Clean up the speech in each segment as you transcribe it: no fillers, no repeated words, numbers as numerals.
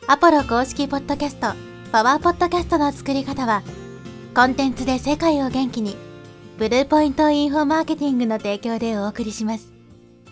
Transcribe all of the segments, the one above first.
アポロ公式ポッドキャスト、パワーポッドキャストの作り方は、コンテンツで世界を元気に、ブルーポイントインフォマーケティングの提供でお送りします。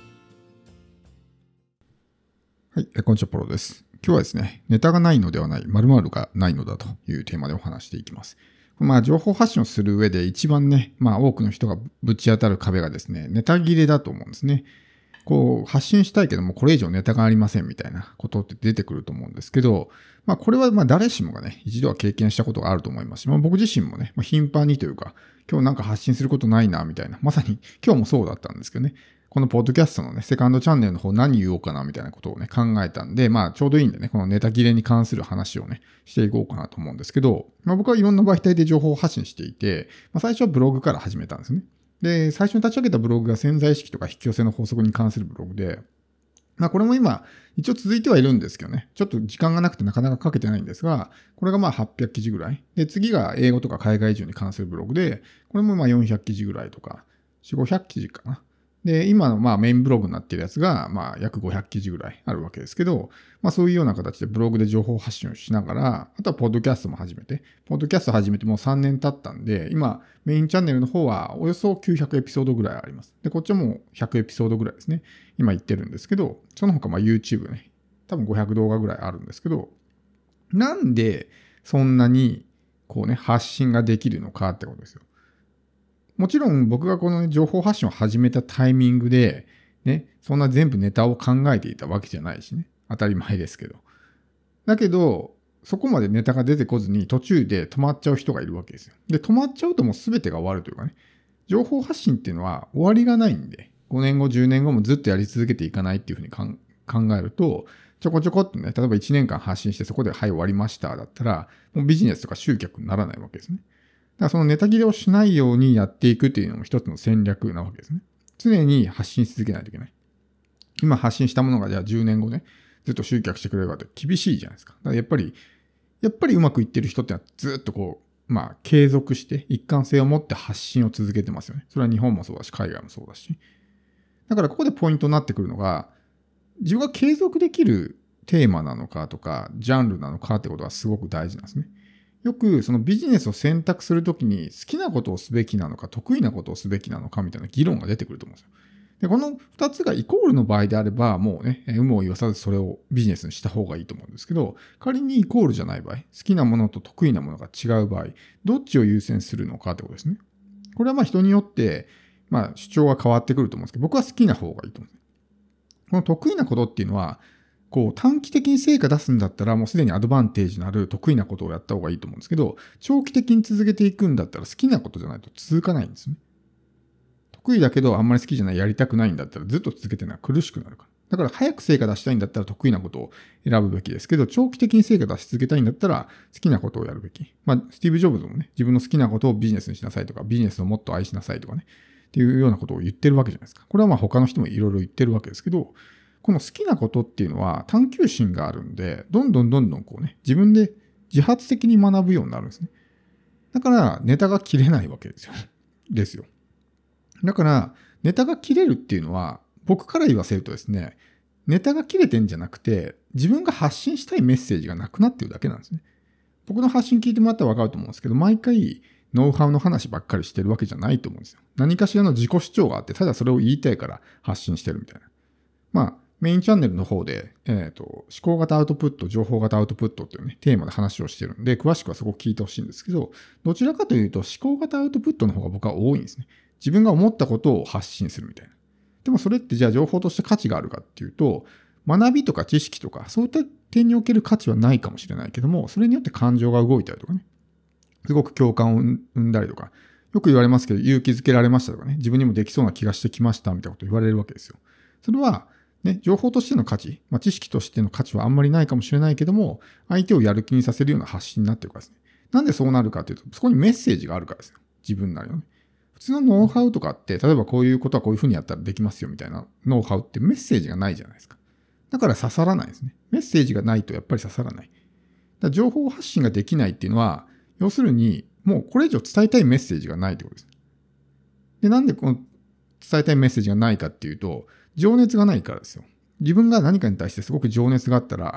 はい、こんにちは、ポロです。今日はですね、ネタがないのではない、〇〇がないのだというテーマでお話していきます。情報発信をする上で一番ね、多くの人がぶち当たる壁がですね、ネタ切れだと思うんですね。発信したいけどもこれ以上ネタがありませんみたいなことって出てくると思うんですけど、これは誰しもがね、一度は経験したことがあると思いますし、僕自身もね、頻繁にというか、今日なんか発信することないなみたいな、まさに今日もそうだったんですけどね、このポッドキャストのね、セカンドチャンネルの方何言おうかなみたいなことをね、考えたんで、ちょうどいいんでね、このネタ切れに関する話をね、していこうかなと思うんですけど、僕はいろんな媒体で情報を発信していて、最初はブログから始めたんですね。で、最初に立ち上げたブログが潜在意識とか引き寄せの法則に関するブログで、これも今、一応続いてはいるんですけどね、ちょっと時間がなくてなかなか書けてないんですが、これが800記事ぐらい。で、次が英語とか海外移住に関するブログで、これも400記事ぐらいとか、4、500記事かな。で、今のメインブログになっているやつが、約500記事ぐらいあるわけですけど、そういうような形でブログで情報発信をしながら、あとはポッドキャストも始めて、ポッドキャスト始めてもう3年経ったんで、今、メインチャンネルの方はおよそ900エピソードぐらいあります。で、こっちはもう100エピソードぐらいですね。今言ってるんですけど、その他YouTube ね、多分500動画ぐらいあるんですけど、なんでそんなに発信ができるのかってことですよ。もちろん僕がこの情報発信を始めたタイミングで、ね、そんな全部ネタを考えていたわけじゃないしね。当たり前ですけど。だけど、そこまでネタが出てこずに途中で止まっちゃう人がいるわけですよ。で、止まっちゃうともう全てが終わるというかね。情報発信っていうのは終わりがないんで、5年後、10年後もずっとやり続けていかないっていうふうに考えると、ちょこちょこっとね、例えば1年間発信してそこではい終わりましただったら、もうビジネスとか集客にならないわけですね。だからそのネタ切れをしないようにやっていくっていうのも一つの戦略なわけですね。常に発信し続けないといけない。今発信したものがじゃあ10年後ね、ずっと集客してくれるかって厳しいじゃないですか。だからやっぱりうまくいってる人ってのはずっと継続して一貫性を持って発信を続けてますよね。それは日本もそうだし、海外もそうだし。だからここでポイントになってくるのが、自分が継続できるテーマなのかとか、ジャンルなのかってことがすごく大事なんですね。よくそのビジネスを選択するときに好きなことをすべきなのか得意なことをすべきなのかみたいな議論が出てくると思うんですよ。で、この2つがイコールの場合であればもうね、有無を言わさずそれをビジネスにした方がいいと思うんですけど、仮にイコールじゃない場合、好きなものと得意なものが違う場合、どっちを優先するのかってことですね。これは人によって主張は変わってくると思うんですけど、僕は好きな方がいいと思うんです。この得意なことっていうのは、短期的に成果出すんだったらもうすでにアドバンテージのある得意なことをやった方がいいと思うんですけど、長期的に続けていくんだったら好きなことじゃないと続かないんですね。得意だけどあんまり好きじゃない、やりたくないんだったらずっと続けてるのは苦しくなるから。だから早く成果出したいんだったら得意なことを選ぶべきですけど、長期的に成果出し続けたいんだったら好きなことをやるべき。スティーブ・ジョブズもね、自分の好きなことをビジネスにしなさいとか、ビジネスをもっと愛しなさいとかね、っていうようなことを言ってるわけじゃないですか。これは他の人もいろいろ言ってるわけですけど、この好きなことっていうのは探求心があるんで、どんどん自分で自発的に学ぶようになるんですね。だからネタが切れないわけですよ。だからネタが切れるっていうのは僕から言わせるとですね、ネタが切れてんじゃなくて自分が発信したいメッセージがなくなってるだけなんですね。僕の発信聞いてもらったらわかると思うんですけど、毎回ノウハウの話ばっかりしてるわけじゃないと思うんですよ。何かしらの自己主張があって、ただそれを言いたいから発信してるみたいな。メインチャンネルの方で、思考型アウトプット、情報型アウトプットっていうね、テーマで話をしてるんで、詳しくはそこを聞いてほしいんですけど、どちらかというと思考型アウトプットの方が僕は多いんですね。自分が思ったことを発信するみたいな。でもそれってじゃあ情報として価値があるかっていうと、学びとか知識とか、そういった点における価値はないかもしれないけども、それによって感情が動いたりとかね、すごく共感を生んだりとか、よく言われますけど、勇気づけられましたとかね、自分にもできそうな気がしてきましたみたいなことを言われるわけですよ。それは、情報としての価値、知識としての価値はあんまりないかもしれないけども、相手をやる気にさせるような発信になってるからですね。なんでそうなるかというと、そこにメッセージがあるからですよ。自分なりのね。普通のノウハウとかって、例えばこういうことはこういうふうにやったらできますよみたいなノウハウってメッセージがないじゃないですか。だから刺さらないですね。メッセージがないとやっぱり刺さらない。だから情報発信ができないっていうのは、要するに、もうこれ以上伝えたいメッセージがないってことです。で、なんでこの伝えたいメッセージがないかっていうと、情熱がないからですよ。自分が何かに対してすごく情熱があったら、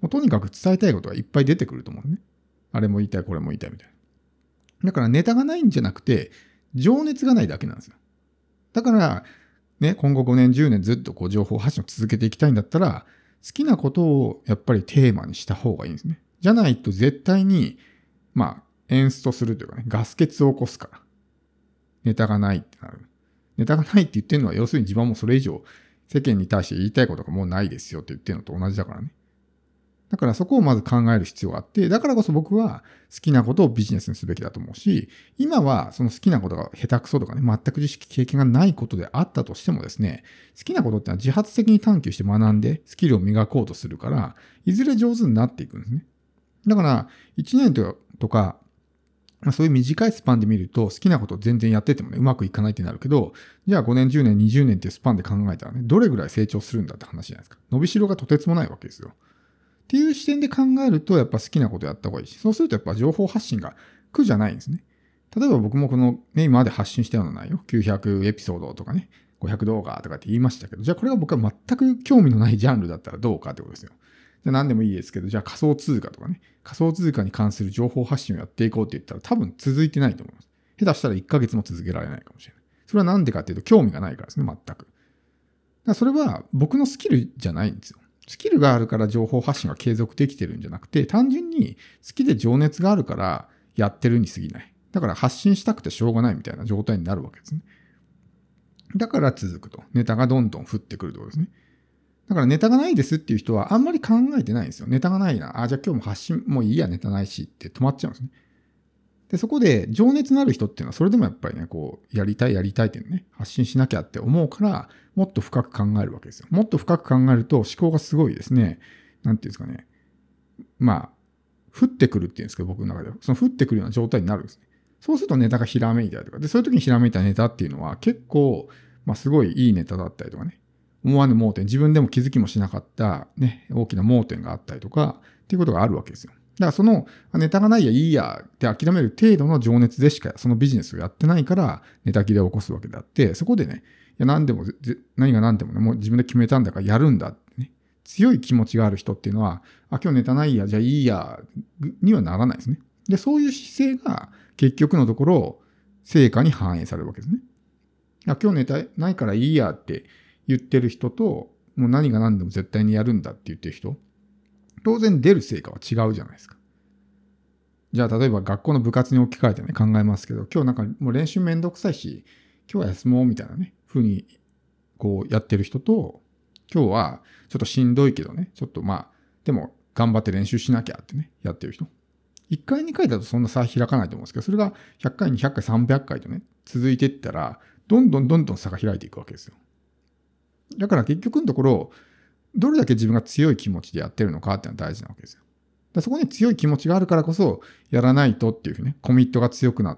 もうとにかく伝えたいことがいっぱい出てくると思うね。あれも言いたい、これも言いたいみたいな。だからネタがないんじゃなくて、情熱がないだけなんですよ。だから、ね、今後5年、10年ずっとこう情報発信を続けていきたいんだったら、好きなことをやっぱりテーマにした方がいいんですね。じゃないと絶対に、エンストするというかね、ガス欠を起こすから。ネタがないってなる。ネタがないって言ってるのは、要するに自分はもうそれ以上世間に対して言いたいことがもうないですよって言ってるのと同じだからね。だからそこをまず考える必要があって、だからこそ僕は好きなことをビジネスにすべきだと思うし、今はその好きなことが下手くそとかね、全く知識経験がないことであったとしてもですね、好きなことってのは自発的に探求して学んでスキルを磨こうとするから、いずれ上手になっていくんですね。だから1年とか、そういう短いスパンで見ると好きなことを全然やっててもね、うまくいかないってなるけど、じゃあ5年、10年、20年っていうスパンで考えたらね、どれぐらい成長するんだって話じゃないですか。伸びしろがとてつもないわけですよ。っていう視点で考えると、やっぱ好きなことやった方がいいし、そうするとやっぱ情報発信が苦じゃないんですね。例えば僕もこのね、今まで発信したような内容、900エピソードとかね、500動画とかって言いましたけど、じゃあこれが僕は全く興味のないジャンルだったらどうかってことですよ。じゃあ何でもいいですけど、じゃあ仮想通貨とかね、仮想通貨に関する情報発信をやっていこうって言ったら多分続いてないと思います。下手したら1ヶ月も続けられないかもしれない。それはなんでかっていうと興味がないからですね、全く。だからそれは僕のスキルじゃないんですよ。スキルがあるから情報発信が継続できてるんじゃなくて、単純に好きで情熱があるからやってるに過ぎない。だから発信したくてしょうがないみたいな状態になるわけですね。だから続くと。ネタがどんどん降ってくるところですね。だからネタがないですっていう人はあんまり考えてないんですよ。ネタがないな。じゃあ今日も発信もういいや、ネタないしって止まっちゃうんですね。で、そこで情熱のある人っていうのはそれでもやっぱりね、こう、やりたいっていうね、発信しなきゃって思うから、もっと深く考えるわけですよ。もっと深く考えると思考がすごいですね、なんていうんですかね、降ってくるっていうんですけど、僕の中では。その降ってくるような状態になるんですね。そうするとネタがひらめいたりとか、で、そういう時にひらめいたネタっていうのは結構、すごいいいネタだったりとかね、思わぬ盲点、自分でも気づきもしなかったね、大きな盲点があったりとか、っていうことがあるわけですよ。だからそのネタがないやいいやって諦める程度の情熱でしかそのビジネスをやってないからネタ切れを起こすわけであって、そこでね、いや何が何でもね、もう自分で決めたんだからやるんだってね、強い気持ちがある人っていうのは、今日ネタないや、じゃあいいやにはならないですね。で、そういう姿勢が結局のところ成果に反映されるわけですね。今日ネタないからいいやって言ってる人と、もう何が何でも絶対にやるんだって言ってる人、当然出る成果は違うじゃないですか。じゃあ例えば学校の部活に置き換えてね考えますけど、今日なんかもう練習めんどくさいし、今日は休もうみたいなね、風にこうやってる人と、今日はちょっとしんどいけどね、ちょっとでも頑張って練習しなきゃってね、やってる人。1回2回だとそんな差開かないと思うんですけど、それが100回、200回、300回とね、続いていったら、どんどん差が開いていくわけですよ。だから結局のところ、どれだけ自分が強い気持ちでやってるのかっていうのは大事なわけですよ。そこに強い気持ちがあるからこそ、やらないとっていうふうにね、コミットが強くなって、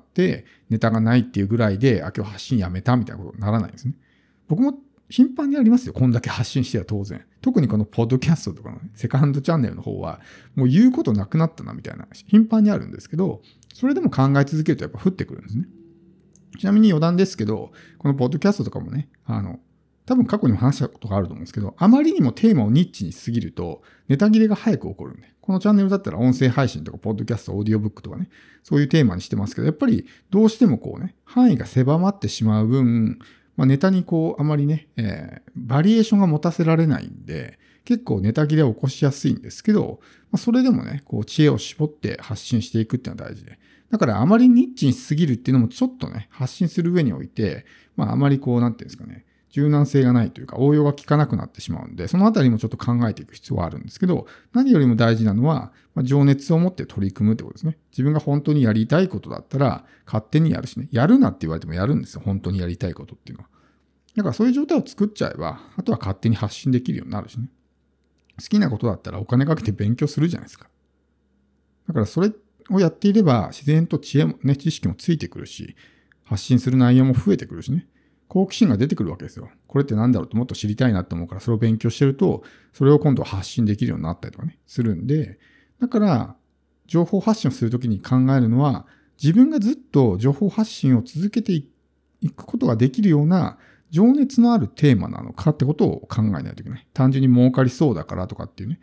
ネタがないっていうぐらいで、今日発信やめたみたいなことにならないんですね。僕も頻繁にありますよ。こんだけ発信しては当然。特にこのポッドキャストとかの、ね、セカンドチャンネルの方は、もう言うことなくなったなみたいな、頻繁にあるんですけど、それでも考え続けるとやっぱ降ってくるんですね。ちなみに余談ですけど、このポッドキャストとかもね、多分過去にも話したことがあると思うんですけど、あまりにもテーマをニッチにしすぎると、ネタ切れが早く起こるんで、このチャンネルだったら音声配信とか、ポッドキャスト、オーディオブックとかね、そういうテーマにしてますけど、やっぱりどうしてもこうね、範囲が狭まってしまう分、ネタにこう、あまりね、バリエーションが持たせられないんで、結構ネタ切れを起こしやすいんですけど、それでもね、こう、知恵を絞って発信していくっていうのは大事で。だからあまりニッチにしすぎるっていうのもちょっとね、発信する上において、あまりこう、なんていうんですかね、柔軟性がないというか応用が効かなくなってしまうんで、そのあたりもちょっと考えていく必要はあるんですけど、何よりも大事なのは、情熱を持って取り組むってことですね。自分が本当にやりたいことだったら勝手にやるしね。やるなって言われてもやるんですよ。本当にやりたいことっていうのは。だからそういう状態を作っちゃえば、あとは勝手に発信できるようになるしね。好きなことだったらお金かけて勉強するじゃないですか。だからそれをやっていれば自然と知恵もね、知識もついてくるし、発信する内容も増えてくるしね。好奇心が出てくるわけですよ。これって何だろうともっと知りたいなって思うから、それを勉強してると、それを今度は発信できるようになったりとかね、するんで、だから、情報発信をするときに考えるのは、自分がずっと情報発信を続けていくことができるような情熱のあるテーマなのかってことを考えないといけない。単純に儲かりそうだからとかっていうね、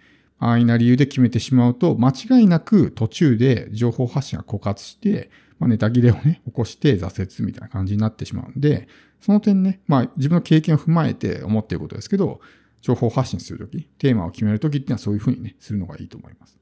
安易な理由で決めてしまうと、間違いなく途中で情報発信が枯渇して、ネタ切れをね、起こして挫折みたいな感じになってしまうんで、その点ね、自分の経験を踏まえて思っていることですけど、情報発信するとき、テーマを決めるときっていうのはそういうふうにね、するのがいいと思います。